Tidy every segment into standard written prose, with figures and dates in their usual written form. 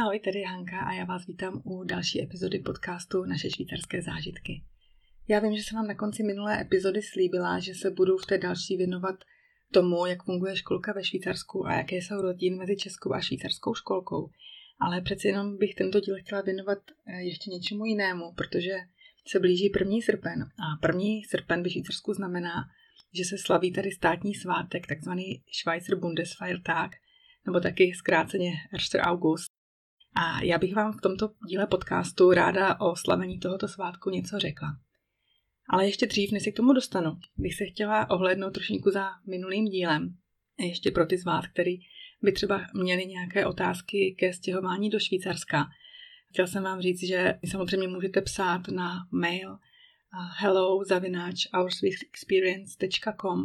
Ahoj, tady je Hanka a já vás vítám u další epizody podcastu Naše švýcarské zážitky. Já vím, že jsem vám na konci minulé epizody slíbila, že se budu v té další věnovat tomu, jak funguje školka ve Švýcarsku a jaké jsou rozdíly mezi českou a švýcarskou školkou. Ale přeci jenom bych tento díl chtěla věnovat ještě něčemu jinému, protože se blíží 1. srpen a 1. srpen ve Švýcarsku znamená, že se slaví tady státní svátek, takzvaný Schweizer Bundesfeiertag, nebo taky zkráceně 1. august. A já bych vám v tomto díle podcastu ráda o slavení tohoto svátku něco řekla. Ale ještě dřív, než se k tomu dostanu, bych se chtěla ohlédnout trošinku za minulým dílem. A ještě pro ty z vás, který by třeba měli nějaké otázky ke stěhování do Švýcarska. Chtěl jsem vám říct, že samozřejmě můžete psát na mail hello@ourswissexperience.com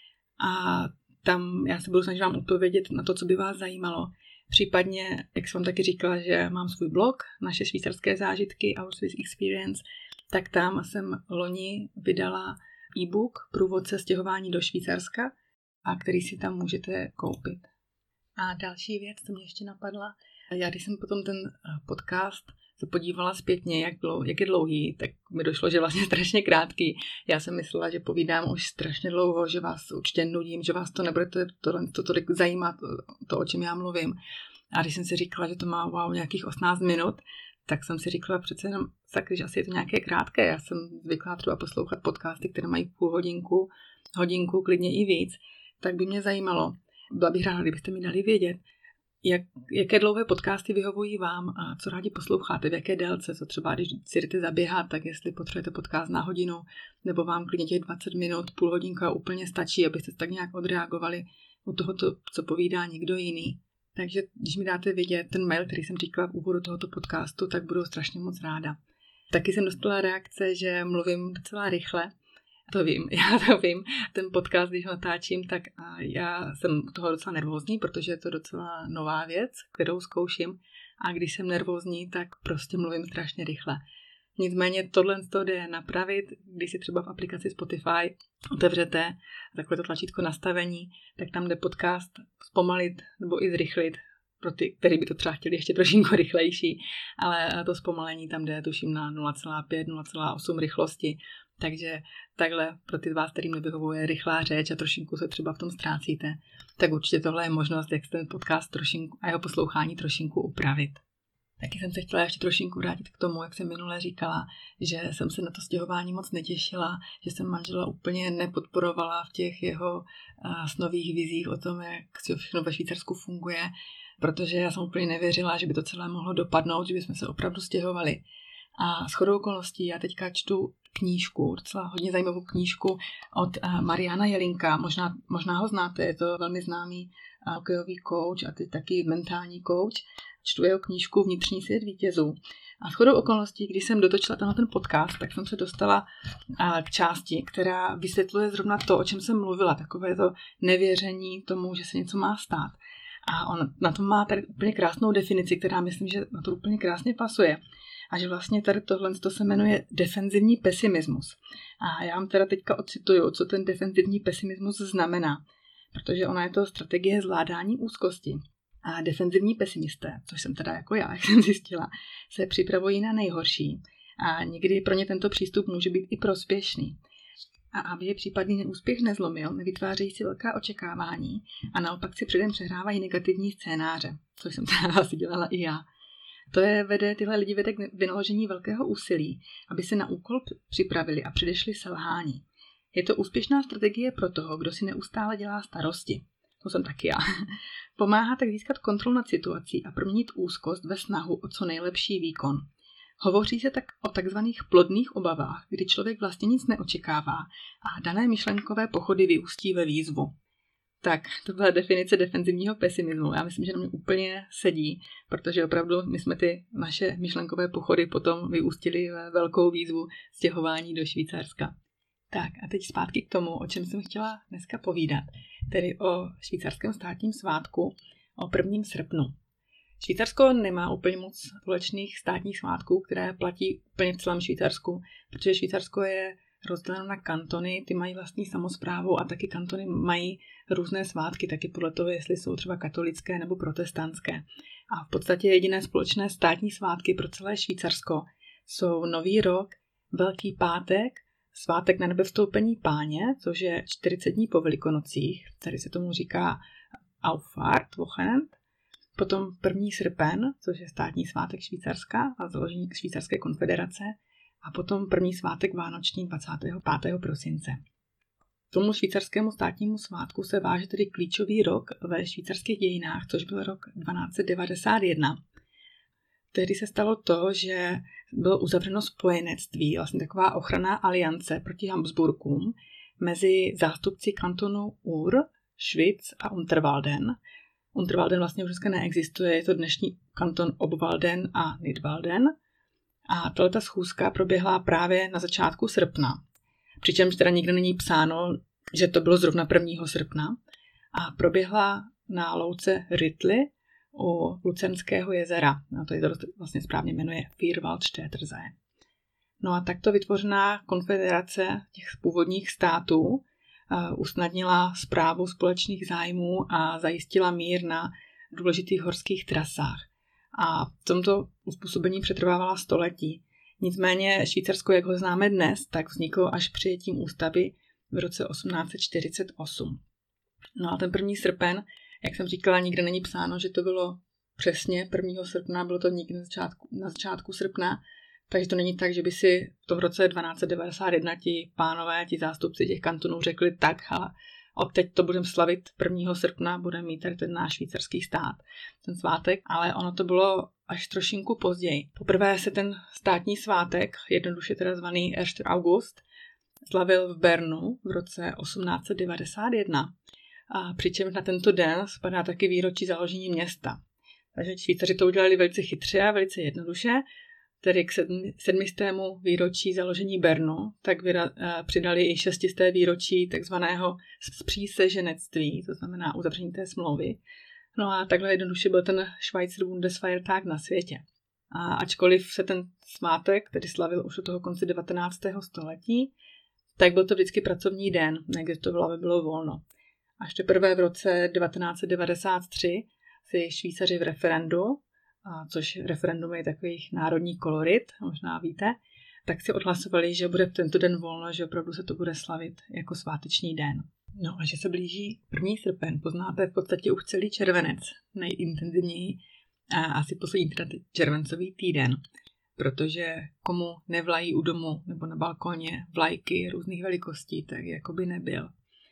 a tam já se budu snažit vám odpovědět na to, co by vás zajímalo. Případně, jak jsem vám taky říkala, že mám svůj blog, Naše švýcarské zážitky, Our Swiss Experience, tak tam jsem loni vydala e-book Průvodce stěhování do Švýcarska, a který si tam můžete koupit. A další věc, co mě ještě napadla, já když jsem potom ten podcast se podívala zpětně, jak je dlouhý, tak mi došlo, že vlastně strašně krátký. Já jsem myslela, že povídám už strašně dlouho, že vás určitě nudím, že vás to nebude to tolik zajímat, to, o čem já mluvím. A když jsem si říkala, že to má nějakých 18 minut, tak jsem si říkala přece jenom, tak když asi je to nějaké krátké. Já jsem zvyklá třeba poslouchat podcasty, které mají půl hodinku, klidně i víc, tak by mě zajímalo. Byla bych ráda, kdybyste mi dali vědět, jaké dlouhé podcasty vyhovují vám a co rádi posloucháte, v jaké délce, co třeba když si jdete zaběhat, tak jestli potřebujete podcast na hodinu, nebo vám klidně těch 20 minut, půl hodinka úplně stačí, abyste tak nějak odreagovali u tohoto, co povídá někdo jiný. Takže když mi dáte vědět ten mail, který jsem říkala v úvodu tohoto podcastu, tak budu strašně moc ráda. Taky jsem dostala reakce, že mluvím docela rychle. Já to vím. Ten podcast, když ho natáčím, tak já jsem toho docela nervózní, protože je to docela nová věc, kterou zkouším. A když jsem nervózní, tak prostě mluvím strašně rychle. Nicméně tohle jde napravit, když si třeba v aplikaci Spotify otevřete takové to tlačítko nastavení, tak tam jde podcast zpomalit nebo i zrychlit pro ty, kteří by to třeba chtěli ještě trošinku rychlejší, ale to zpomalení tam jde tuším na 0,5, 0,8 rychlosti. Takže takhle pro ty z vás, kterým nevyhovuje rychlá řeč a trošinku se třeba v tom ztrácíte, tak určitě tohle je možnost, jak ten podcast trošinku a jeho poslouchání trošinku upravit. Taky jsem se chtěla ještě trošinku vrátit k tomu, jak jsem minule říkala, že jsem se na to stěhování moc netěšila, že jsem manžela úplně nepodporovala v těch jeho snových vizích o tom, jak všechno ve Švýcarsku funguje, protože já jsem úplně nevěřila, že by to celé mohlo dopadnout, že bychom se opravdu stěhovali. A shodou okolností já teďka čtu knížku, docela hodně zajímavou knížku od Mariana Jelinka, možná ho znáte, je to velmi známý hokejový coach a teď taky mentální coach. Čtu jeho knížku Vnitřní svět vítězů. A shodou okolností, když jsem dotočila ten podcast, tak jsem se dostala k části, která vysvětluje zrovna to, o čem jsem mluvila, takové to nevěření tomu, že se něco má stát. A on na tom má tady úplně krásnou definici, která myslím, že na to úplně krásně pasuje. A že vlastně tady tohle se jmenuje defenzivní pesimismus. A já vám teda teďka ocituju, co ten defenzivní pesimismus znamená. Protože ona je to strategie zvládání úzkosti. A defenzivní pesimisté, což jsem teda jako já, jak jsem zjistila, se připravují na nejhorší. A někdy pro ně tento přístup může být i prospěšný. A aby je případný neúspěch nezlomil, nevytvářejí si velká očekávání a naopak si předem přehrávají negativní scénáře, což jsem teda asi dělala i já. Tyhle lidi vede k vynaložení velkého úsilí, aby se na úkol připravili a předešli selhání. Je to úspěšná strategie pro toho, kdo si neustále dělá starosti. To jsem taky já. Pomáhá tak získat kontrolu nad situací a proměnit úzkost ve snahu o co nejlepší výkon. Hovoří se tak o takzvaných plodných obavách, kdy člověk vlastně nic neočekává a dané myšlenkové pochody vyústí ve výzvu. Tak, to byla definice defenzivního pesimismu. Já myslím, že na mě úplně sedí, protože opravdu my jsme ty naše myšlenkové pochody potom vyústili ve velkou výzvu stěhování do Švýcarska. Tak a teď zpátky k tomu, o čem jsem chtěla dneska povídat, tedy o švýcarském státním svátku, o 1. srpnu. Švýcarsko nemá úplně moc společných státních svátků, které platí úplně v celém Švýcarsku, protože Švýcarsko je rozděleno na kantony, ty mají vlastní samosprávu a taky kantony mají různé svátky, taky podle toho, jestli jsou třeba katolické nebo protestantské. A v podstatě jediné společné státní svátky pro celé Švýcarsko jsou Nový rok, Velký pátek, svátek na nebevstoupení Páně, což je 40 dní po Velikonocích, tady se tomu říká Auffahrtwochenend, potom 1. srpen, což je státní svátek Švýcarska a založení Švýcarské konfederace, a potom první svátek vánoční 25. prosince. Tomu švýcarskému státnímu svátku se váže tedy klíčový rok ve švýcarských dějinách, což byl rok 1291. Tehdy se stalo to, že bylo uzavřeno spojenectví, vlastně taková ochranná aliance proti Habsburkům mezi zástupci kantonu Ur, Schwyz a Unterwalden. Unterwalden vlastně už dneska neexistuje, je to dnešní kanton Obwalden a Nidwalden. A tato schůzka proběhla právě na začátku srpna. Přičemž teda nikde není psáno, že to bylo zrovna 1. srpna. A proběhla na louce Rittli u Lucernského jezera. A to je to vlastně správně jmenuje Vierwaldstätter See. No a takto vytvořená konfederace těch původních států usnadnila správu společných zájmů a zajistila mír na důležitých horských trasách. A v tomto uspůsobení přetrvávala století. Nicméně Švýcarsko, jak ho známe dnes, tak vzniklo až přijetím ústavy v roce 1848. No a ten 1. srpen, jak jsem říkala, nikde není psáno, že to bylo přesně 1. srpna, bylo to někdy na začátku srpna, takže to není tak, že by si v tom roce 1291 ti pánové, ti zástupci těch kantonů řekli tak, ale od teď to budeme slavit 1. srpna, budeme mít tady ten náš švýcarský stát, ten svátek, ale ono to bylo až trošinku později. Poprvé se ten státní svátek, jednoduše teda zvaný 1. august, slavil v Bernu v roce 1891. A přičemž na tento den spadá taky výročí založení města. Takže Švýcaři to udělali velice chytře a velice jednoduše. Tedy k 700. výročí založení Bernu, tak přidali i 600. výročí takzvaného spříseženectví, to znamená uzavření té smlouvy. No a takhle jednoduše byl ten Schweizer Bundesfeiertag na světě. A ačkoliv se ten svátek tedy slavil už od toho konce 19. století, tak byl to vždycky pracovní den, neexistovalo, aby bylo volno. Až teprve v roce 1993 si Švýcaři v referendu, což referendum je takový národní kolorit, možná víte, tak si odhlasovali, že bude v tento den volno, že opravdu se to bude slavit jako sváteční den. No a že se blíží 1. srpen, poznáte v podstatě už celý červenec, nejintenzivněji a asi poslední teda červencový týden, protože komu nevlají u domu nebo na balkoně vlajky různých velikostí, tak jako by nebyl.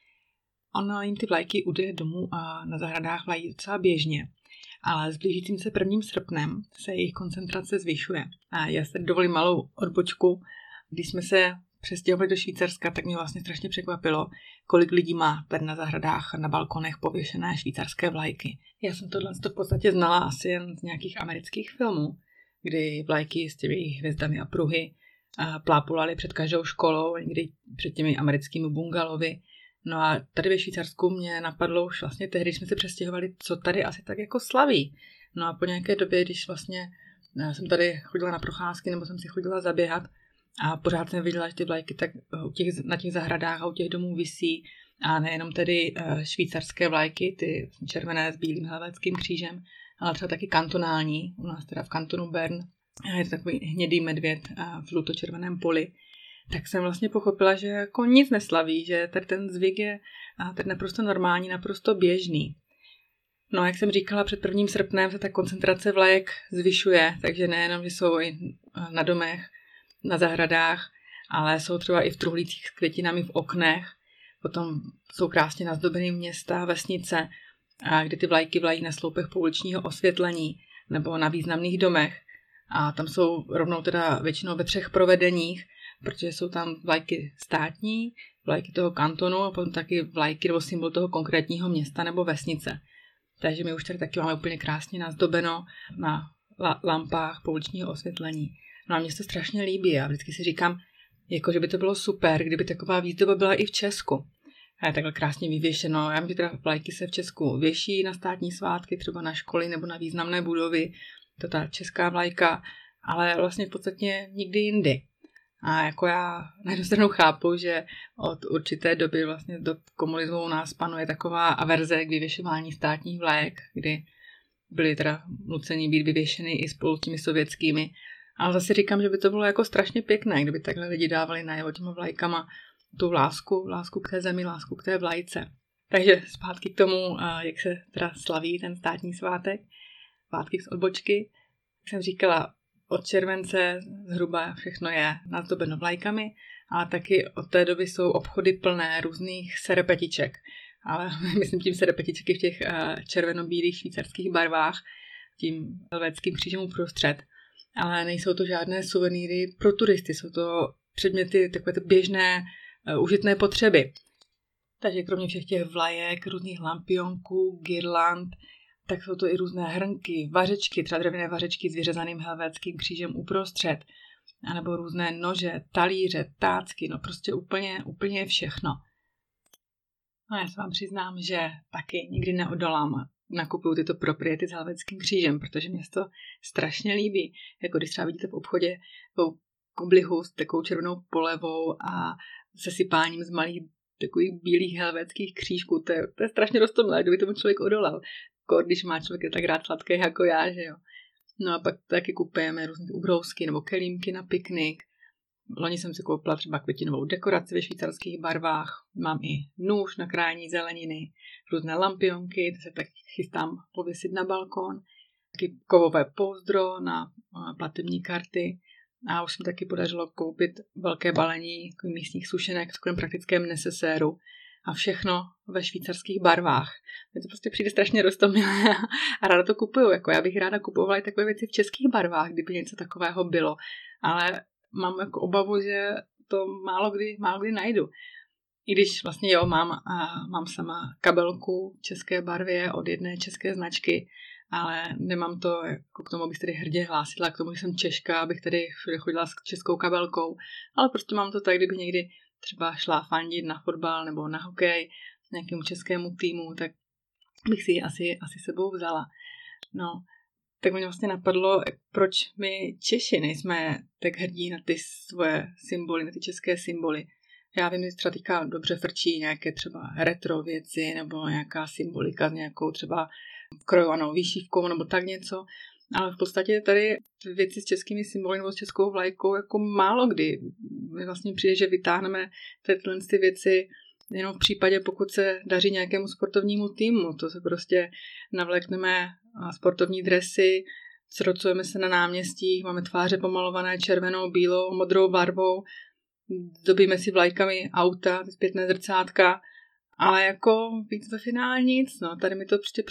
Ono jim ty vlajky u těch domů a na zahradách vlají docela běžně, ale s blížícím se 1. srpnem se jejich koncentrace zvyšuje. A já se dovolím malou odbočku. Když jsme se přestěhovali do Švýcarska, tak mě vlastně strašně překvapilo, kolik lidí má tady na zahradách a na balkonech pověšené švýcarské vlajky. Já jsem tohle v podstatě znala asi jen z nějakých amerických filmů, kdy vlajky s těmi hvězdami a pruhy plápolaly před každou školou, někdy před těmi americkými bungalovy. No a tady ve Švýcarsku mě napadlo už vlastně tehdy, když jsme se přestěhovali, co tady asi tak jako slaví. No a po nějaké době, když vlastně jsem tady chodila na procházky nebo jsem si chodila zaběhat a pořád jsem viděla, že ty vlajky tak na těch zahradách a u těch domů visí a nejenom tedy švýcarské vlajky, ty červené s bílým helvétským křížem, ale třeba taky kantonální, u nás teda v kantonu Bern je to takový hnědý medvěd v žlutočerveném poli. Tak jsem vlastně pochopila, že jako nic neslaví, že tady ten zvyk je tady naprosto normální, naprosto běžný. No, jak jsem říkala, před 1. srpnem se ta koncentrace vlajek zvyšuje, takže nejenom, že jsou i na domech, na zahradách, ale jsou třeba i v truhlících s květinami v oknech. Potom jsou krásně nazdobený města, vesnice, kde ty vlajky vlají na sloupech pouličního osvětlení nebo na významných domech. A tam jsou rovnou teda většinou ve 3 provedeních, protože jsou tam vlajky státní, vlajky toho kantonu a potom taky vlajky nebo symbol toho konkrétního města nebo vesnice. Takže my už tady taky máme úplně krásně nazdobeno na lampách pouličního osvětlení. No a mně se to strašně líbí a vždycky si říkám, jako že by to bylo super, kdyby taková výzdoba byla i v Česku. A je takhle krásně vyvěšeno. Já myslím, že teda vlajky se v Česku věší na státní svátky, třeba na školy nebo na významné budovy. To ta česká vlajka, ale vlastně v podstatě nikdy jindy. A jako já na jednu stranu chápu, že od určité doby vlastně do komunismu u nás panuje taková averze k vyvěšování státních vlajek, kdy byly teda nuceni být vyvěšeny i spolu s těmi sovětskými. Ale zase říkám, že by to bylo jako strašně pěkné, kdyby takhle lidi dávali najevo těma vlajkama tu lásku k té zemi, lásku k té vlajce. Takže zpátky k tomu, jak se teda slaví ten státní svátek, svátky z odbočky. Jak jsem říkala, od července zhruba všechno je nazdobeno vlajkami, ale taky od té doby jsou obchody plné různých serepetiček. Ale myslím tím serepetičky v těch červeno-bílých švýcarských barvách, tím helvétským křížem uprostřed. Ale nejsou to žádné suvenýry pro turisty, jsou to předměty takové běžné užitné potřeby. Takže kromě všech těch vlajek, různých lampionků, girland, tak jsou to i různé hrnky, vařečky, třeba dřevěné vařečky s vyřezaným helvétským křížem uprostřed, anebo různé nože, talíře, tácky, no prostě úplně všechno. No já se vám přiznám, že taky nikdy neodolám, nakupuju tyto propriety s helvétským křížem, protože mě to strašně líbí. Jako když třeba vidíte v obchodě takovou koblihu s takovou červenou polevou a sesypáním z malých takových bílých helvétských křížků, to je strašně roztomilé, kdyby tomu člověk odolal. Když má člověk tak rád sladké jako já, že jo. No a pak taky kupujeme různé ubrousky nebo kelímky na piknik. Loni jsem si koupila třeba květinovou dekoraci ve švýcarských barvách. Mám i nůž na krájení zeleniny, různé lampionky, to se tak chystám pověsit na balkón. Taky kovové pouzdro na platební karty. A už jsem taky podařilo koupit velké balení místních sušenek v takovém praktickém neseséru. A všechno ve švýcarských barvách. Mně to prostě přijde strašně roztomilé a ráda to kupuju. Jako já bych ráda kupovala i takové věci v českých barvách, kdyby něco takového bylo. Ale mám jako obavu, že to málo kdy najdu. I když vlastně jo, mám sama kabelku v české barvě od jedné české značky, ale nemám to jako k tomu, abych tady hrdě hlásila, k tomu, že jsem Češka, abych tady všude chodila s českou kabelkou, ale prostě mám to tak, kdybych někdy třeba šla fandit na fotbal nebo na hokej nějakému českému týmu, tak bych si ji asi sebou vzala. No, tak mě vlastně napadlo, proč my Češi nejsme tak hrdí na ty svoje symboly, na ty české symboly. Já vím, že třeba teďka dobře frčí nějaké třeba retro věci nebo nějaká symbolika s nějakou třeba krojovanou výšivkou nebo tak něco, ale v podstatě tady věci s českými symboly nebo s českou vlajkou jako málo kdy. My vlastně přijde, že vytáhneme tyhle věci jenom v případě, pokud se daří nějakému sportovnímu týmu. To se prostě navlékneme sportovní dresy, srocujeme se na náměstích, máme tváře pomalované červenou, bílou, modrou barvou, zdobíme si vlajkami auta, zpětné zrcátka, ale jako víc ve finále nic. No, tady mi to prostě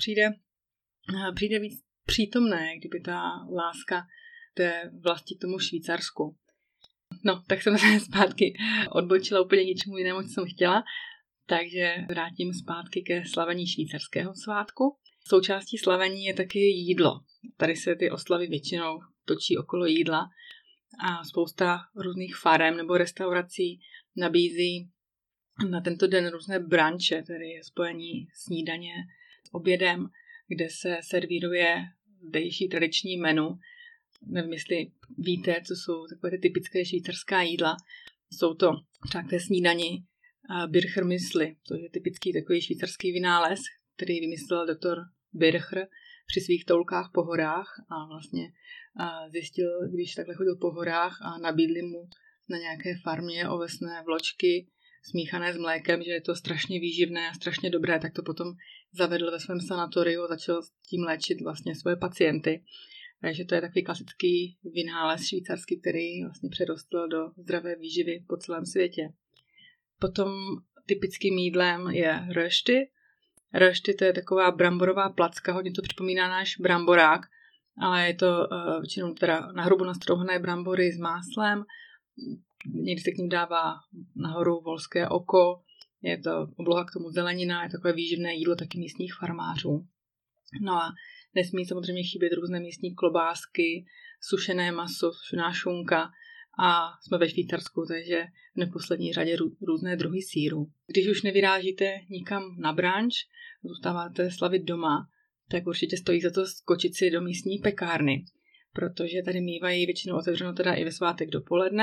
přijde víc přítomné, kdyby ta láska té vlasti k tomu Švýcarsku. No, tak jsem se zpátky odbočila úplně něčemu jinému, co jsem chtěla, takže vrátím zpátky ke slavení švýcarského svátku. Součástí slavení je taky jídlo. Tady se ty oslavy většinou točí okolo jídla a spousta různých farem nebo restaurací nabízí na tento den různé branče, tedy spojení snídaně s obědem, kde se servíruje zdejší tradiční menu. Nevím, jestli víte, co jsou takové ty typické švýcarská jídla. Jsou to třeba k té snídani Bircher Müsli, to je typický takový švýcarský vynález, který vymyslel doktor Bircher při svých toulkách po horách a vlastně zjistil, když takhle chodil po horách a nabídli mu na nějaké farmě ovesné vločky smíchané s mlékem, že je to strašně výživné a strašně dobré, tak to potom zavedl ve svém sanatoriu a začal s tím léčit vlastně svoje pacienty. Takže to je takový klasický vynález švýcarský, který vlastně přerostl do zdravé výživy po celém světě. Potom typickým jídlem je rösti. Rösti to je taková bramborová placka, hodně to připomíná náš bramborák, ale je to většinou teda nahrubo nastrouhané brambory s máslem. Někdy se k ním dává nahoru volské oko, je to obloha k tomu zelenina, je takové výživné jídlo taky místních farmářů. No a nesmí samozřejmě chybět různé místní klobásky, sušené maso, sušená šunka a jsme ve Švýcarsku, takže v neposlední řadě různé druhy sýrů. Když už nevyrážíte nikam na branč, zůstáváte slavit doma, tak určitě stojí za to skočit si do místní pekárny, protože tady mívají většinou otevřeno teda i ve svátek dopoledne,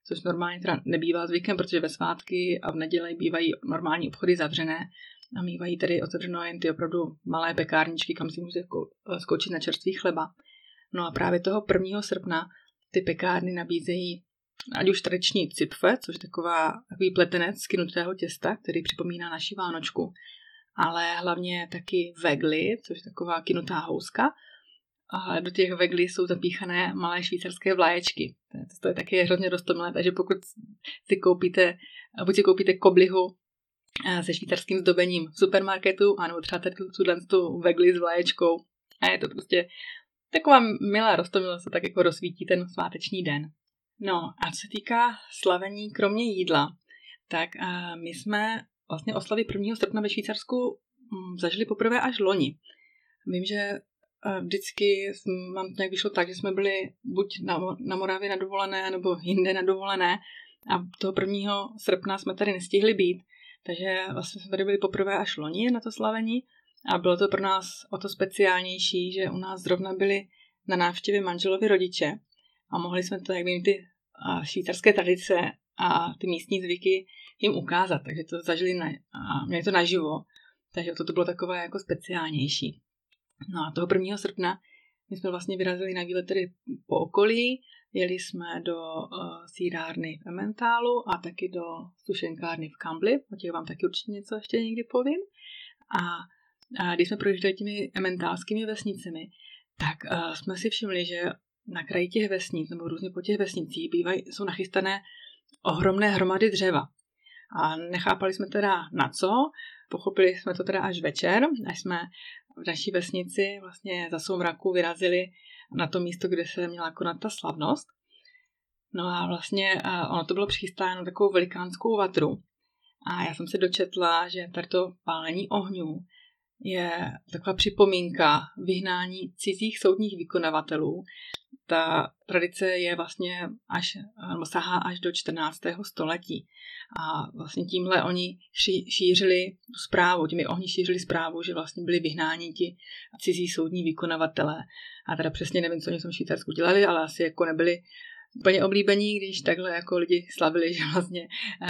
což normálně teda nebývá zvykem, protože ve svátky a v neděli bývají normální obchody zavřené a mývají tedy otevřeno jen ty opravdu malé pekárničky, kam si můžete skočit na čerstvý chleba. No a právě toho 1. srpna ty pekárny nabízejí ať už tradiční cipfe, což je takový pletenec z kynutého těsta, který připomíná naši vánočku, ale hlavně taky vegly, což je taková kynutá houska. A do těch vegly jsou zapíchané malé švýcarské vlaječky. To je taky hrozně roztomilé, takže pokud si koupíte koblihu se švýcarským zdobením v supermarketu, anebo třeba tu vegli s vlaječkou, a je to prostě taková milá roztomilost, se tak jako rozsvítí ten sváteční den. No a co se týká slavení kromě jídla, tak my jsme vlastně oslavy 1. srpna ve Švýcarsku zažili poprvé až loni. Vím, že vždycky nám to nějak vyšlo tak, že jsme byli buď na Moravě na dovolené, nebo jinde na dovolené a toho 1. srpna jsme tady nestihli být, takže vlastně jsme tady byli poprvé až loni na to slavení a bylo to pro nás o to speciálnější, že u nás zrovna byli na návštěvě manželovi rodiče a mohli jsme to, jak vím, ty švýcarské tradice a ty místní zvyky jim ukázat, takže to zažili a měli to naživo, takže to bylo takové jako speciálnější. No a toho 1. srpna my jsme vlastně vyrazili na výlet tedy po okolí, jeli jsme do sýrárny v Emmentálu a taky do sušenkárny v Kambli, o těch vám taky určitě něco ještě někdy povím. A když jsme projížděli těmi emmentálskými vesnicemi, tak jsme si všimli, že na kraji těch vesnic, nebo různě po těch vesnicích, jsou nachystané ohromné hromady dřeva. A nechápali jsme teda na co, pochopili jsme to teda až večer, až jsme v naší vesnici vlastně za soumraku vyrazili na to místo, kde se měla konat ta slavnost. No a vlastně ono to bylo přichystáno takovou velikánskou vatru. A já jsem se dočetla, že tady to pálení ohňů je taková připomínka vyhnání cizích soudních vykonavatelů. Ta tradice je vlastně sahá až do 14. století. A vlastně tímhle oni šířili zprávu, těmi ohni šířili zprávu, že vlastně byli vyhnáni ti cizí soudní vykonavatelé. A teda přesně nevím, co oni v tom Švýcarsku dělali, ale asi jako nebyli úplně oblíbení, když takhle jako lidi slavili, že vlastně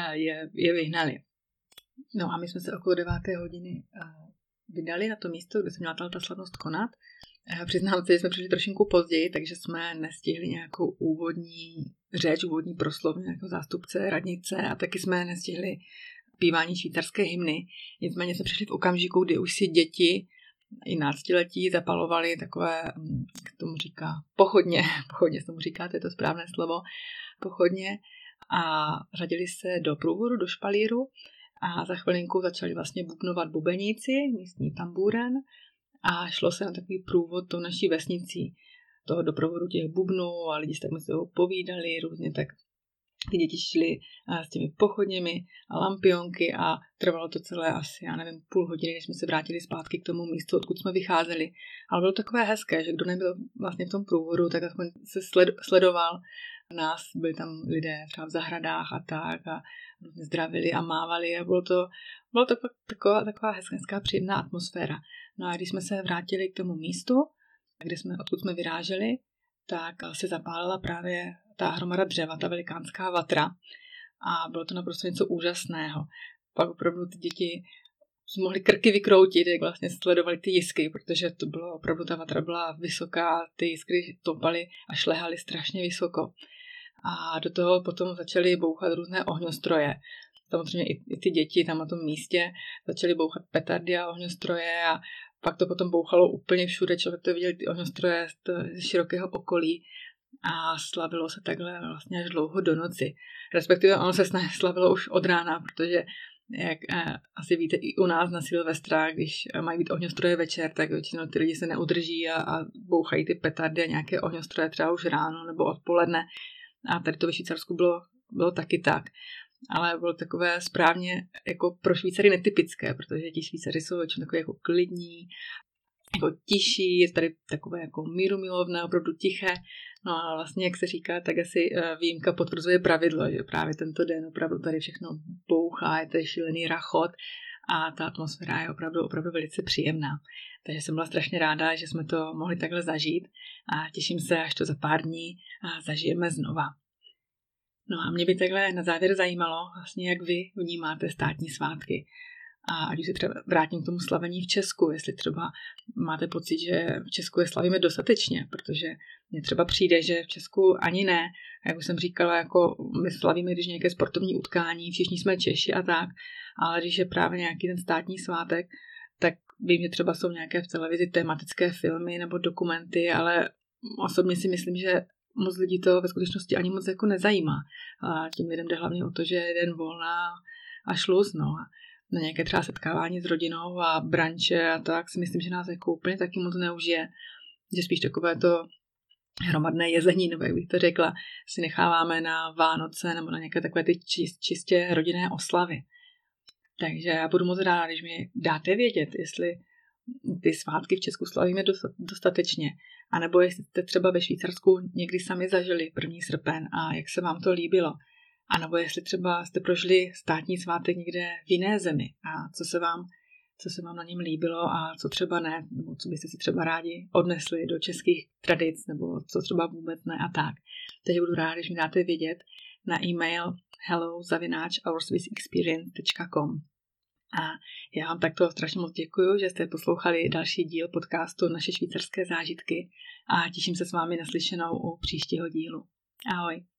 je vyhnali. No a my jsme se okolo 9. hodiny vydali na to místo, kde se měla ta slavnost konat. Přiznám se, že jsme přišli trošinku později, takže jsme nestihli nějakou úvodní řeč, úvodní proslov nějakého zástupce radnice a taky jsme nestihli zpívání švýcarské hymny. Nicméně jsme přišli v okamžiku, kdy už si děti i náctiletí zapalovali takové, jak tomu říká, pochodně se tomu říká, to je to správné slovo, pochodně a řadili se do průvodu, do špalíru a za chvilinku začali vlastně bubnovat bubeníci, místní tambúren a šlo se na takový průvod tou naší vesnicí, toho doprovodu těch bubnů a lidi se tak mezi sebou povídali různě, tak ty děti šly s těmi pochodněmi a lampionky a trvalo to celé asi, já nevím, půl hodiny, než jsme se vrátili zpátky k tomu místu, odkud jsme vycházeli. Ale bylo takové hezké, že kdo nebyl vlastně v tom průvodu, tak aspoň se sledoval nás, byli tam lidé třeba v zahradách a tak a zdravili a mávali a bylo to taková hezká příjemná atmosféra. No a když jsme se vrátili k tomu místu, odkud jsme vyráželi, tak se zapálila právě ta hromada dřeva, ta velikánská vatra a bylo to naprosto něco úžasného. Pak opravdu ty děti mohly krky vykroutit, jak vlastně sledovali ty jiskry, protože to bylo opravdu, ta vatra byla vysoká, ty jiskry toupaly a šlehaly strašně vysoko. A do toho potom začaly bouchat různé ohňostroje. Samozřejmě i ty děti tam na tom místě začaly bouchat petardy a ohňostroje a pak to potom bouchalo úplně všude, člověk to viděl ty ohňostroje z širokého okolí a slavilo se takhle vlastně až dlouho do noci. Respektive ono se slavilo už od rána, protože jak asi víte, i u nás na Silvestra, když mají být ohňostroje večer, tak většinou ty lidi se neudrží a bouchají ty petardy a nějaké ohňostroje třeba už ráno nebo odpoledne. A tady to ve Švýcarsku bylo taky tak. Ale bylo takové správně jako pro Švýcary netypické, protože ti Švýcaři jsou většinou takové jako klidní, jako tiší, je tady takové jako mírumilovné, opravdu tiché. No a vlastně, jak se říká, tak asi výjimka potvrzuje pravidlo, že právě tento den opravdu tady všechno bouchá, je to šílený rachot a ta atmosféra je opravdu velice příjemná. Takže jsem byla strašně ráda, že jsme to mohli takhle zažít a těším se, až to za pár dní zažijeme znova. No a mě by takhle na závěr zajímalo vlastně, jak vy vnímáte státní svátky. A ať už se třeba vrátím k tomu slavení v Česku, jestli třeba máte pocit, že v Česku je slavíme dostatečně, protože mně třeba přijde, že v Česku ani ne. Jak už jsem říkala, jako my slavíme, když nějaké sportovní utkání, všichni jsme Češi a tak, ale když je právě nějaký ten státní svátek, tak vím, že třeba jsou nějaké v televizi tematické filmy nebo dokumenty, ale osobně si myslím, že moc lidí to ve skutečnosti ani moc jako nezajímá. A těm lidem jde hlavně o to, že je den volna a šluz, no. Na nějaké třeba setkávání s rodinou a branče a tak si myslím, že nás jako úplně taky moc neužije. Že spíš takové to hromadné jezení, nebo jak bych to řekla, si necháváme na Vánoce nebo na nějaké takové ty čistě rodinné oslavy. Takže já budu moc ráda, když mi dáte vědět, jestli ty svátky v Česku slavíme dostatečně, anebo jestli jste třeba ve Švýcarsku někdy sami zažili 1. srpen a jak se vám to líbilo. A nebo jestli třeba jste prožili státní svátek někde v jiné zemi a co se vám na něm líbilo a co třeba ne, nebo co byste si třeba rádi odnesli do českých tradic, nebo co třeba vůbec ne a tak. Takže budu ráda, když mi dáte vědět na e-mail hello@ourswissexperience.com. A já vám takto strašně moc děkuju, že jste poslouchali další díl podcastu Naše švýcarské zážitky a těším se s vámi naslyšenou u příštího dílu. Ahoj.